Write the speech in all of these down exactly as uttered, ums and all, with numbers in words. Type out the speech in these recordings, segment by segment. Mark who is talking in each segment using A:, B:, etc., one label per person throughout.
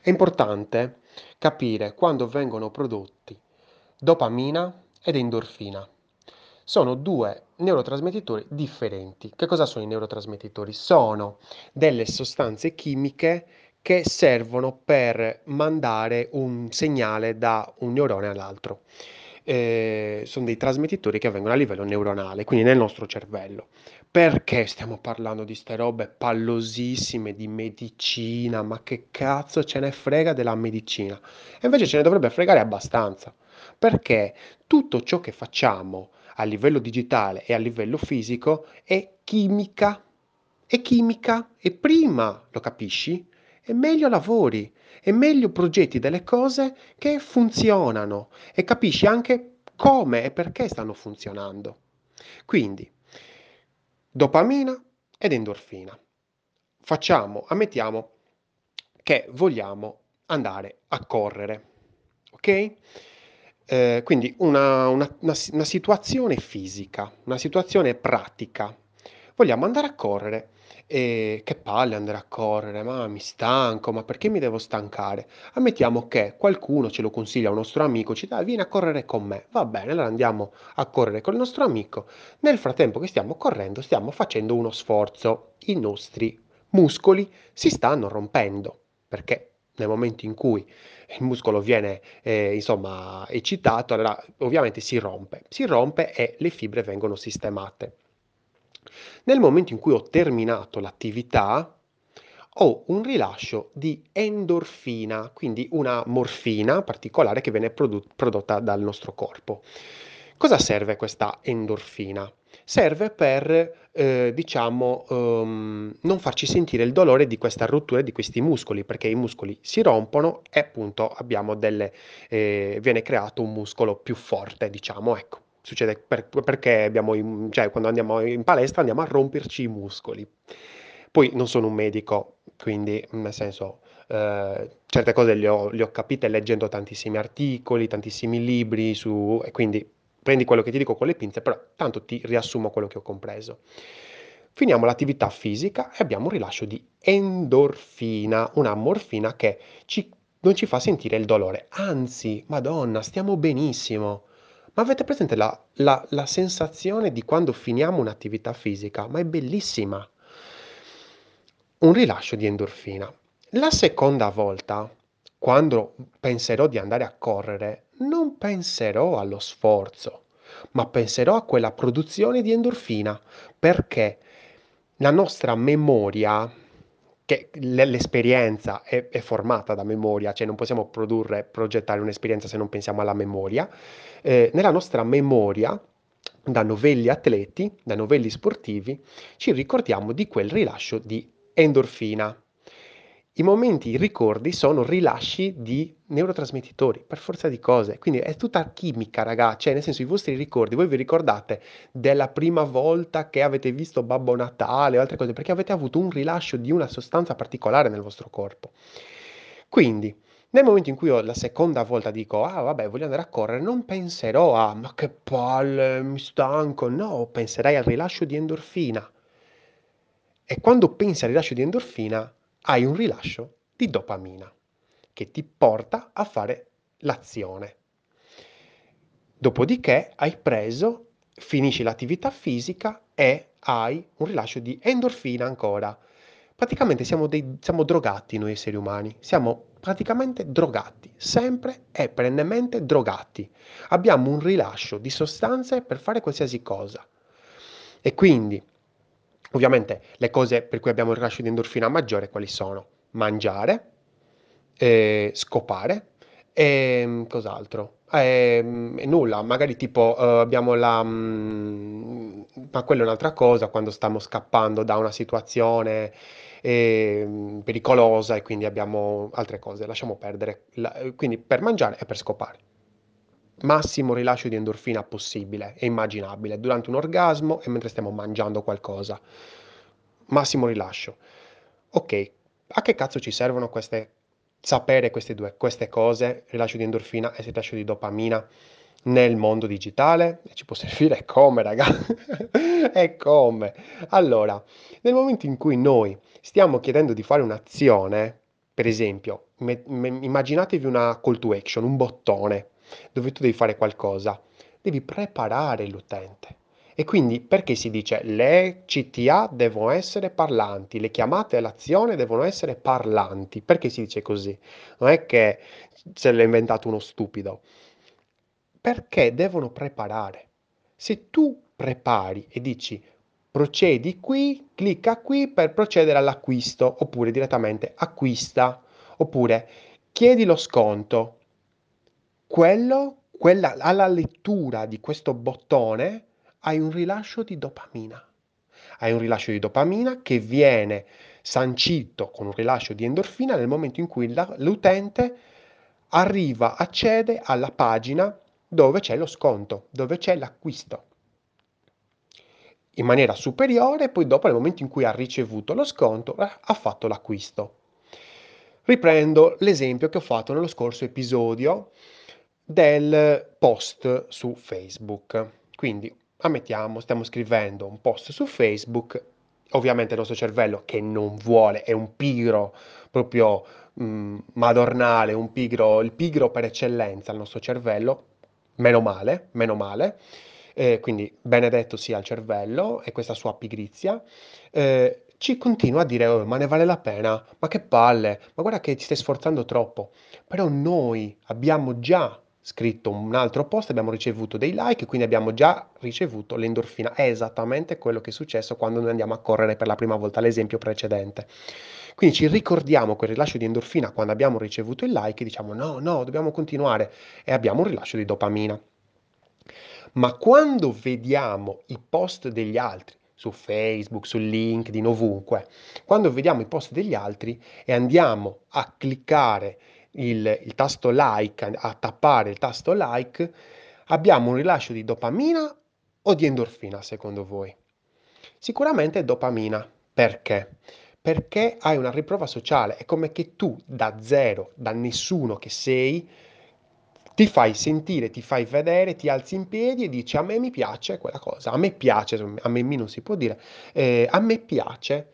A: È importante capire quando vengono prodotti dopamina ed endorfina. Sono due neurotrasmettitori differenti. Che cosa sono i neurotrasmettitori? Sono delle sostanze chimiche che servono per mandare un segnale da un neurone all'altro. Eh, sono dei trasmettitori che avvengono a livello neuronale, quindi nel nostro cervello. Perché stiamo parlando di ste robe pallosissime di medicina? Ma che cazzo ce ne frega della medicina? E invece ce ne dovrebbe fregare abbastanza, perché tutto ciò che facciamo a livello digitale e a livello fisico è chimica. È chimica e prima lo capisci e meglio lavori e meglio progetti delle cose che funzionano e capisci anche come e perché stanno funzionando. Quindi, dopamina ed endorfina. Facciamo, ammettiamo che vogliamo andare a correre, ok? Eh, quindi una, una- una si- una situazione fisica, una situazione pratica. Vogliamo andare a correre. E che palle andare a correre, ma mi stanco, ma perché mi devo stancare? Ammettiamo che qualcuno ce lo consiglia, un nostro amico, ci dà, vieni a correre con me. Va bene, allora andiamo a correre con il nostro amico. Nel frattempo che stiamo correndo, stiamo facendo uno sforzo. I nostri muscoli si stanno rompendo, perché nel momento in cui il muscolo viene, eh, insomma, eccitato, allora ovviamente si rompe. Si rompe e le fibre vengono sistemate. Nel momento in cui ho terminato l'attività, ho un rilascio di endorfina, quindi una morfina particolare che viene produ- prodotta dal nostro corpo. Cosa serve questa endorfina? Serve per, eh, diciamo, ehm, non farci sentire il dolore di questa rottura di questi muscoli, perché i muscoli si rompono e appunto abbiamo delle, eh, viene creato un muscolo più forte, diciamo, ecco. Succede per- perché abbiamo, i- cioè, quando andiamo in palestra andiamo a romperci i muscoli. Poi non sono un medico, quindi nel senso, eh, certe cose le ho, le ho capite leggendo tantissimi articoli, tantissimi libri su, e quindi prendi quello che ti dico con le pinze, però tanto ti riassumo quello che ho compreso. Finiamo l'attività fisica e abbiamo un rilascio di endorfina, una morfina che ci- non ci fa sentire il dolore. Anzi, Madonna, stiamo benissimo. Ma avete presente la, la- la sensazione di quando finiamo un'attività fisica? Ma è bellissima. Un rilascio di endorfina. La seconda volta, quando penserò di andare a correre, non penserò allo sforzo, ma penserò a quella produzione di endorfina, perché la nostra memoria, che l- l'esperienza è, è formata da memoria, cioè non possiamo produrre, progettare un'esperienza se non pensiamo alla memoria, eh, nella nostra memoria, da novelli atleti, da novelli sportivi, ci ricordiamo di quel rilascio di endorfina. I momenti, i ricordi sono rilasci di neurotrasmettitori, per forza di cose. Quindi è tutta chimica, raga. Cioè, nel senso, i vostri ricordi, voi vi ricordate della prima volta che avete visto Babbo Natale o altre cose, perché avete avuto un rilascio di una sostanza particolare nel vostro corpo. Quindi, nel momento in cui io la seconda volta dico, ah, vabbè, voglio andare a correre, non penserò a, ma che palle, mi stanco. No, penserai al rilascio di endorfina. E quando pensi al rilascio di endorfina, hai un rilascio di dopamina che ti porta a fare l'azione. Dopodiché hai preso, finisci l'attività fisica e hai un rilascio di endorfina ancora. Praticamente siamo, dei, siamo drogati noi esseri umani, siamo praticamente drogati, sempre e perennemente drogati. Abbiamo un rilascio di sostanze per fare qualsiasi cosa. E quindi, ovviamente, le cose per cui abbiamo il rilascio di endorfina maggiore quali sono? Mangiare, eh, scopare e mm, cos'altro? E, e nulla, magari tipo eh, abbiamo la... mm, ma quella è un'altra cosa, quando stiamo scappando da una situazione eh, pericolosa e quindi abbiamo altre cose, lasciamo perdere. La- quindi per mangiare e per scopare. Massimo rilascio di endorfina possibile e immaginabile durante un orgasmo e mentre stiamo mangiando qualcosa. Massimo rilascio. Ok, a che cazzo ci servono queste, sapere queste due, queste cose, rilascio di endorfina e rilascio di dopamina nel mondo digitale? Ci può servire come, raga? E come? Allora, nel momento in cui noi stiamo chiedendo di fare un'azione, Per esempio, me- me- immaginatevi una call to action, un bottone, dove tu devi fare qualcosa, devi preparare l'utente. E quindi perché si dice le C T A devono essere parlanti, le chiamate all'azione devono essere parlanti? Perché si dice così? Non è che se l'ha inventato uno stupido, perché devono preparare. Se tu prepari e dici procedi qui, clicca qui per procedere all'acquisto, oppure direttamente acquista, oppure chiedi lo sconto, quello, quella, alla lettura di questo bottone hai un rilascio di dopamina. Hai un rilascio di dopamina che viene sancito con un rilascio di endorfina nel momento in cui la- l'utente arriva, accede alla pagina dove c'è lo sconto, dove c'è l'acquisto. In maniera superiore, poi dopo nel momento in cui ha ricevuto lo sconto, eh, ha fatto l'acquisto. Riprendo l'esempio che ho fatto nello scorso episodio del post su Facebook. Quindi, ammettiamo, stiamo scrivendo un post su Facebook, ovviamente il nostro cervello che non vuole, è un pigro proprio mh, madornale, un pigro, il pigro per eccellenza, il nostro cervello, meno male, meno male. Eh, quindi benedetto sia il cervello e questa sua pigrizia, eh, ci continua a dire, "Oh, ma ne vale la pena, ma che palle, ma guarda che ti stai sforzando troppo." Però noi abbiamo già scritto un altro post, abbiamo ricevuto dei like, quindi abbiamo già ricevuto l'endorfina. È esattamente quello che è successo quando noi andiamo a correre per la prima volta, l'esempio precedente. Quindi ci ricordiamo quel rilascio di endorfina quando abbiamo ricevuto il like e diciamo no, no, dobbiamo continuare e abbiamo un rilascio di dopamina. Ma quando vediamo i post degli altri su Facebook, su LinkedIn, ovunque, quando vediamo i post degli altri e andiamo a cliccare il, il tasto like, a tappare il tasto like, abbiamo un rilascio di dopamina o di endorfina, secondo voi? Sicuramente dopamina. Perché? Perché hai una riprova sociale. È come che tu da zero, da nessuno che sei, ti fai sentire, ti fai vedere, ti alzi in piedi e dici a me mi piace quella cosa, a me piace, a me mi non si può dire, eh, a me piace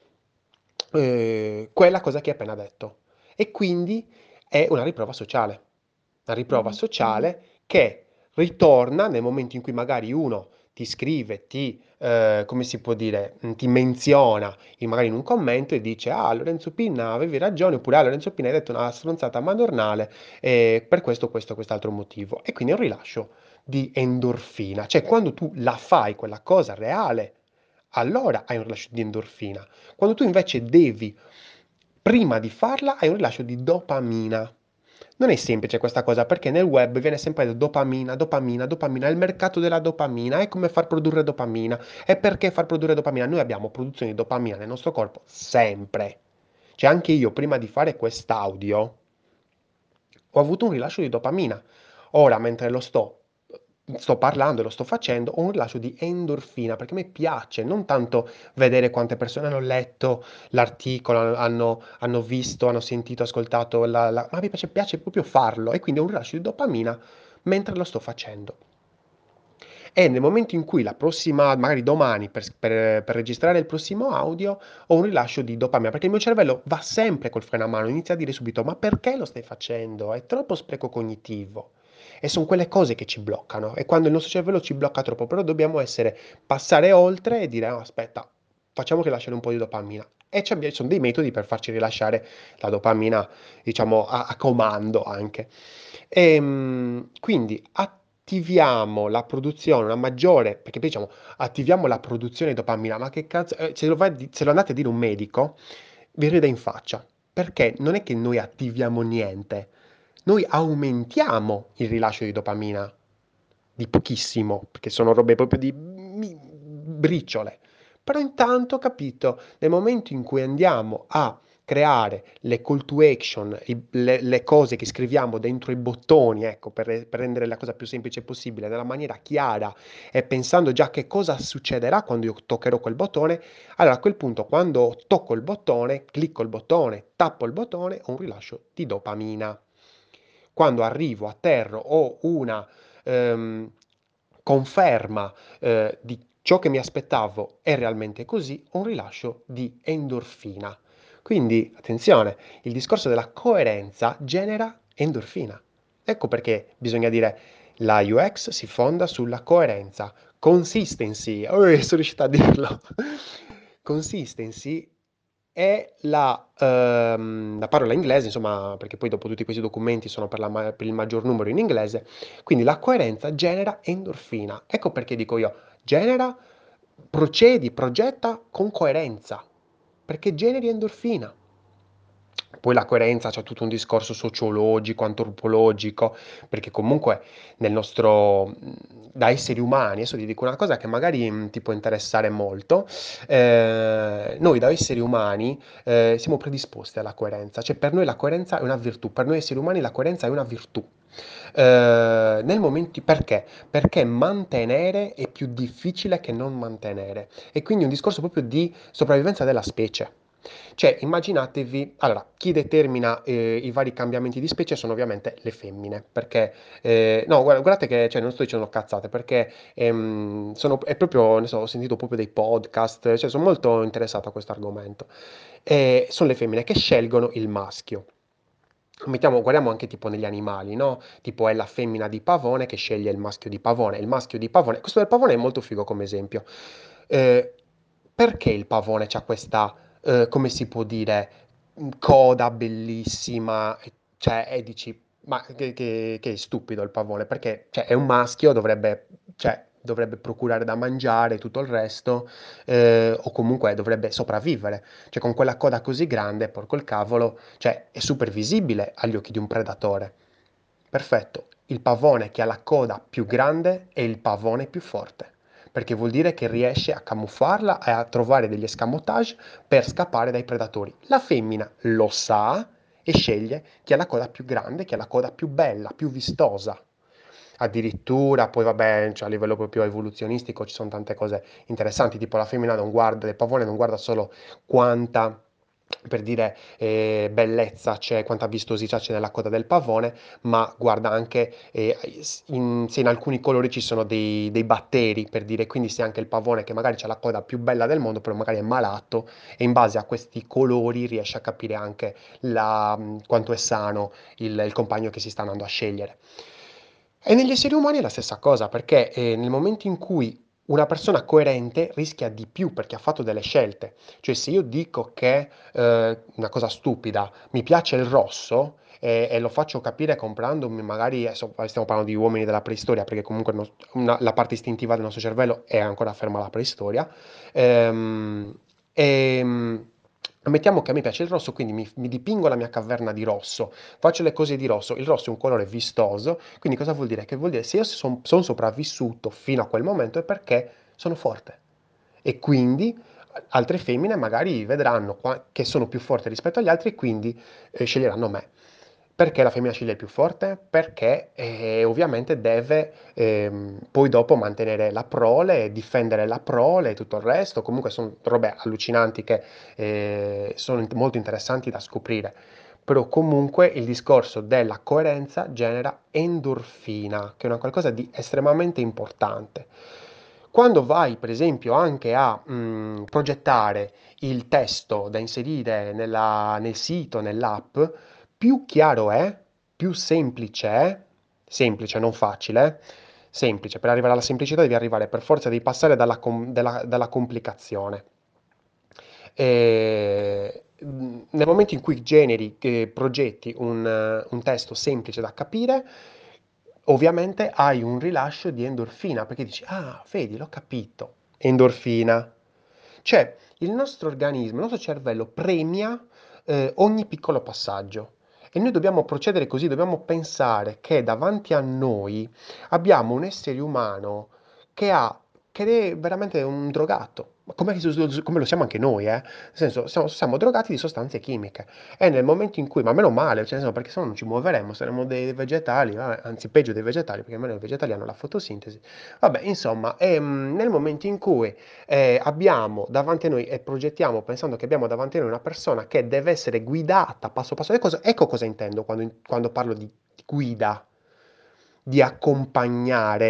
A: eh, quella cosa che hai appena detto. E quindi è una riprova sociale, una riprova sociale che ritorna nel momento in cui magari uno ti scrive, ti, eh, come si può dire, mh, ti menziona in- magari in un commento e dice, ah, Lorenzo Pinna, avevi ragione, oppure, ah, Lorenzo Pinna, hai detto una stronzata madornale, eh, per questo, questo, quest'altro motivo. E quindi è un rilascio di endorfina, cioè quando tu la fai, quella cosa reale, allora hai un rilascio di endorfina. Quando tu invece devi, prima di farla, hai un rilascio di dopamina. Non è semplice questa cosa perché nel web viene sempre detto dopamina, dopamina, dopamina, è il mercato della dopamina, è come far produrre dopamina, e perché far produrre dopamina? Noi abbiamo produzione di dopamina nel nostro corpo sempre. Cioè anche io prima di fare quest'audio ho avuto un rilascio di dopamina. Ora, mentre lo sto, sto parlando e lo sto facendo, ho un rilascio di endorfina perché a me piace non tanto vedere quante persone hanno letto l'articolo, hanno, hanno visto, hanno sentito, ascoltato, la, la- ma mi piace, piace proprio farlo e quindi ho un rilascio di dopamina mentre lo sto facendo. E nel momento in cui la prossima, magari domani, per, per- per registrare il prossimo audio, ho un rilascio di dopamina, perché il mio cervello va sempre col freno a mano, inizia a dire subito, ma perché lo stai facendo? È troppo spreco cognitivo. E sono quelle cose che ci bloccano. E quando il nostro cervello ci blocca troppo, però dobbiamo essere, passare oltre e dire, "Oh, aspetta, facciamo rilasciare un po' di dopamina." E ci abbiamo- ci sono dei metodi per farci rilasciare la dopamina, diciamo, a, a comando anche. Ehm, quindi attiviamo la produzione, una maggiore, perché poi diciamo, attiviamo la produzione di dopamina, ma che cazzo, eh, se lo, vai a di- se lo andate a dire a un medico, vi ride in faccia, perché non è che noi attiviamo niente, noi aumentiamo il rilascio di dopamina, di pochissimo, perché sono robe proprio di mi- briciole. Però intanto, capito, nel momento in cui andiamo a creare le call to action, i- le, le cose che scriviamo dentro i bottoni, ecco, per, per rendere la cosa più semplice possibile, nella maniera chiara e pensando già che cosa succederà quando io toccherò quel bottone, allora a quel punto quando tocco il bottone, clicco il bottone, tappo il bottone, ho un rilascio di dopamina. Quando arrivo a terra ho una ehm, conferma eh, di ciò che mi aspettavo è realmente così, ho un rilascio di endorfina. Quindi, attenzione, il discorso della coerenza genera endorfina. Ecco perché bisogna dire la U X si fonda sulla coerenza. Consistency, oh, sono riuscito a dirlo. Consistency è la, ehm, la parola inglese, insomma, perché poi dopo tutti questi documenti sono per, la ma- per il maggior numero in inglese, quindi la coerenza genera endorfina. Ecco perché dico io, genera, procedi, progetta con coerenza, perché generi endorfina. Poi la coerenza c'è tutto un discorso sociologico, antropologico, perché comunque nel nostro, mh, da esseri umani, adesso ti dico una cosa che magari mh, ti può interessare molto, eh, noi da esseri umani eh, siamo predisposti alla coerenza, cioè per noi la coerenza è una virtù, per noi esseri umani la coerenza è una virtù. Eh, nel momento, perché? Perché mantenere è più difficile che non mantenere, e quindi è un discorso proprio di sopravvivenza della specie. Cioè, immaginatevi, allora, chi determina eh, i vari cambiamenti di specie sono ovviamente le femmine, perché, eh, no, guarda- guardate che, cioè, non sto dicendo cazzate, perché ehm, sono, è proprio, ne so, ho sentito proprio dei podcast, cioè, sono molto interessato a questo argomento. E sono le femmine che scelgono il maschio. Mettiamo, guardiamo anche tipo negli animali, no? Tipo è la femmina di pavone che sceglie il maschio di pavone. Il maschio di pavone, questo del pavone è molto figo come esempio. Eh, perché il pavone c'ha questa, eh, come si può dire, mh, coda bellissima? e- Cioè, e dici, ma che, che- che è stupido il pavone, perché cioè, è un maschio, dovrebbe, cioè, dovrebbe procurare da mangiare e tutto il resto, eh, o comunque dovrebbe sopravvivere. Cioè, con quella coda così grande, porco il cavolo, cioè, è super visibile agli occhi di un predatore. Perfetto. Il pavone che ha la coda più grande è il pavone più forte, perché vuol dire che riesce a camuffarla e a trovare degli escamotage per scappare dai predatori. La femmina lo sa e sceglie chi ha la coda più grande, chi ha la coda più bella, più vistosa. Addirittura, poi vabbè, cioè, a livello proprio evoluzionistico ci sono tante cose interessanti, tipo la femmina non guarda, il pavone non guarda solo quanta, per dire, eh, bellezza c'è, quanta vistosità c'è nella coda del pavone, ma guarda anche eh, in- se in alcuni colori ci sono dei, dei batteri, per dire, quindi se anche il pavone che magari ha la coda più bella del mondo, però magari è malato, e in base a questi colori riesce a capire anche la- quanto è sano il, il compagno che si sta andando a scegliere. E negli esseri umani è la stessa cosa, perché eh, nel momento in cui una persona coerente rischia di più perché ha fatto delle scelte. Cioè, se io dico che, eh, una cosa stupida, mi piace il rosso e, e lo faccio capire comprandomi magari, adesso stiamo parlando di uomini della preistoria, perché comunque il nos- una- la parte istintiva del nostro cervello è ancora ferma alla preistoria. Ehm, e, Mettiamo che a me piace il rosso, quindi mi, mi dipingo la mia caverna di rosso, faccio le cose di rosso. Il rosso è un colore vistoso, quindi cosa vuol dire? Che vuol dire se io sono sopravvissuto fino a quel momento è perché sono forte. E quindi altre femmine magari vedranno qua- che sono più forti rispetto agli altri e quindi eh, sceglieranno me. Perché la femmina sceglie il più forte? Perché eh, ovviamente deve ehm, poi dopo mantenere la prole, difendere la prole e tutto il resto. Comunque sono robe allucinanti che eh, sono int- molto interessanti da scoprire. Però comunque il discorso della coerenza genera endorfina, che è una qualcosa di estremamente importante. Quando vai, per esempio, anche a mh, progettare il testo da inserire nella- nel sito, nell'app, più chiaro è, più semplice è, semplice, non facile, eh, semplice. Per arrivare alla semplicità devi arrivare per forza, devi passare dalla, com- della- dalla complicazione. E, mh, nel momento in cui generi, eh, progetti un, eh, un testo semplice da capire, ovviamente hai un rilascio di endorfina, perché dici, ah, vedi, l'ho capito. Endorfina. Cioè, il nostro organismo, il nostro cervello premia eh, ogni piccolo passaggio. E noi dobbiamo procedere così, dobbiamo pensare che davanti a noi abbiamo un essere umano che ha, che è veramente un drogato, ma come, come lo siamo anche noi, eh? Nel senso, siamo, siamo drogati di sostanze chimiche. E nel momento in cui, ma meno male, cioè, nel senso, perché se no non ci muoveremo, saremo dei vegetali, vabbè, anzi peggio dei vegetali, perché almeno i vegetali hanno la fotosintesi. Vabbè, insomma, ehm, nel momento in cui eh, abbiamo davanti a noi e progettiamo pensando che abbiamo davanti a noi una persona che deve essere guidata passo passo, ecco cosa, ecco cosa intendo quando, quando parlo di guida, di accompagnare.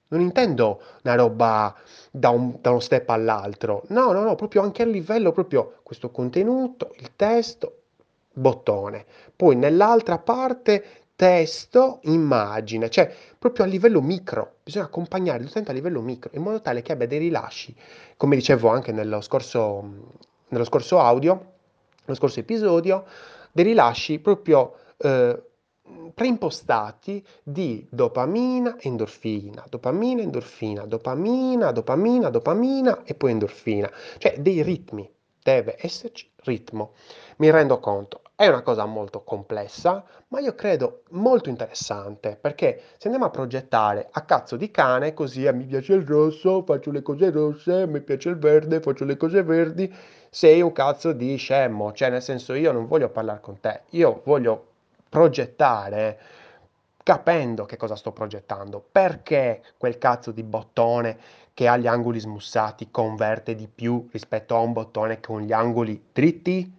A: Non intendo una roba da, un- da uno step all'altro. No, no, no, proprio anche a livello proprio questo contenuto, il testo, bottone. Poi nell'altra parte testo, immagine, cioè proprio a livello micro. Bisogna accompagnare l'utente a livello micro, in modo tale che abbia dei rilasci, come dicevo anche nello scorso, nello scorso audio, nello scorso episodio, dei rilasci proprio eh, preimpostati di dopamina, endorfina, dopamina, endorfina, dopamina, dopamina, dopamina e poi endorfina. Cioè dei ritmi, deve esserci ritmo. Mi rendo conto, è una cosa molto complessa, ma io credo molto interessante, perché se andiamo a progettare a cazzo di cane, così a mi piace il rosso, faccio le cose rosse, mi piace il verde, faccio le cose verdi, sei un cazzo di scemmo, cioè nel senso io non voglio parlare con te, io voglio progettare capendo che cosa sto progettando, perché quel cazzo di bottone che ha gli angoli smussati converte di più rispetto a un bottone con gli angoli dritti?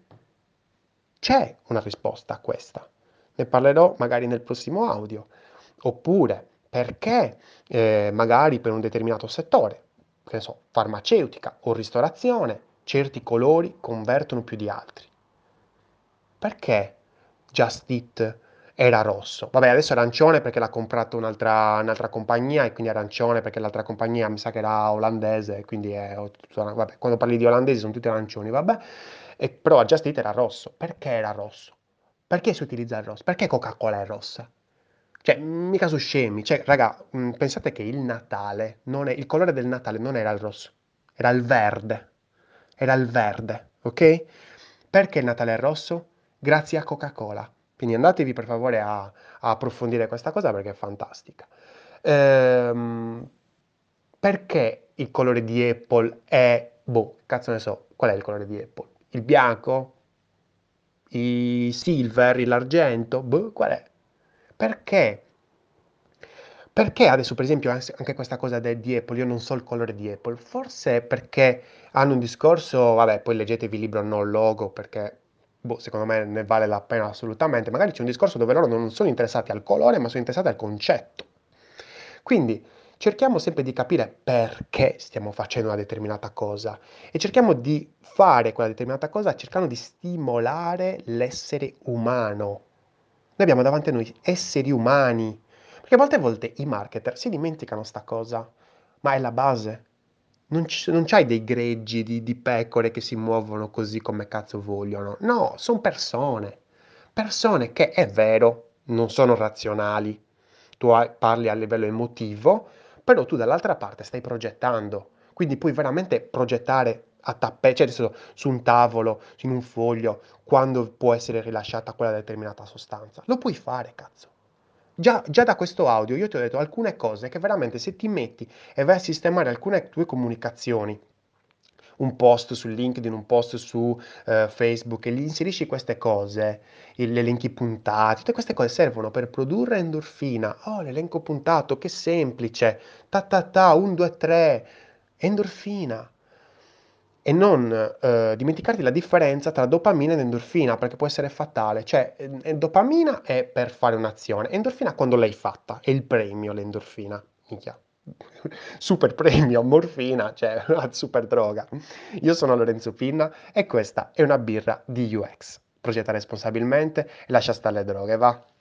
A: C'è una risposta a questa. Ne parlerò magari nel prossimo audio. Oppure perché eh, magari per un determinato settore, che ne so, farmaceutica o ristorazione, certi colori convertono più di altri. Perché Just Eat era rosso? Vabbè, adesso è arancione perché l'ha comprato un'altra un'altra compagnia e quindi è arancione perché l'altra compagnia mi sa che era olandese, quindi è, vabbè, quando parli di olandesi sono tutti arancioni, vabbè. E, però a Just Eat era rosso. Perché era rosso? Perché si utilizza il rosso? Perché Coca-Cola è rossa? Cioè, mica su scemi. Cioè, raga, mh, pensate che il Natale, non è, il colore del Natale non era il rosso, era il verde. Era il verde, ok? Perché il Natale è rosso? Grazie a Coca-Cola. Quindi andatevi per favore a, a approfondire questa cosa perché è fantastica. Ehm, perché il colore di Apple è, boh, cazzo ne so, qual è il colore di Apple? Il bianco? I silver, l'argento? Boh, qual è? Perché? Perché adesso, per esempio, ans- anche questa cosa de- di Apple, io non so il colore di Apple, forse perché hanno un discorso, vabbè, poi leggetevi il libro No Logo, perché, boh, secondo me ne vale la pena assolutamente, magari c'è un discorso dove loro non sono interessati al colore, ma sono interessati al concetto. Quindi cerchiamo sempre di capire perché stiamo facendo una determinata cosa e cerchiamo di fare quella determinata cosa cercando di stimolare l'essere umano. Noi abbiamo davanti a noi esseri umani, perché molte volte i marketer si dimenticano sta cosa, ma è la base. Non, ci- non c'hai dei greggi di, di pecore che si muovono così come cazzo vogliono. No, sono persone. Persone che, è vero, non sono razionali. Tu hai- parli a livello emotivo, però tu dall'altra parte stai progettando. Quindi puoi veramente progettare a tappeti, cioè adesso su un tavolo, in un foglio, quando può essere rilasciata quella determinata sostanza. Lo puoi fare, cazzo. Già, già da questo audio io ti ho detto alcune cose che veramente se ti metti e vai a sistemare alcune tue comunicazioni, un post su LinkedIn, un post su eh, Facebook e gli inserisci queste cose, il- l'elenchi puntati, tutte queste cose servono per produrre endorfina. Oh, l'elenco puntato, che semplice. Ta ta ta, un, due, tre, endorfina. E non eh, dimenticarti la differenza tra dopamina ed endorfina, perché può essere fatale. Cioè, eh, eh, dopamina è per fare un'azione, endorfina quando l'hai fatta, è il premio l'endorfina. Minchia. Super premio, morfina, cioè una super droga. Io sono Lorenzo Pinna e questa è una birra di U X. Progetta responsabilmente e lascia stare le droghe, va?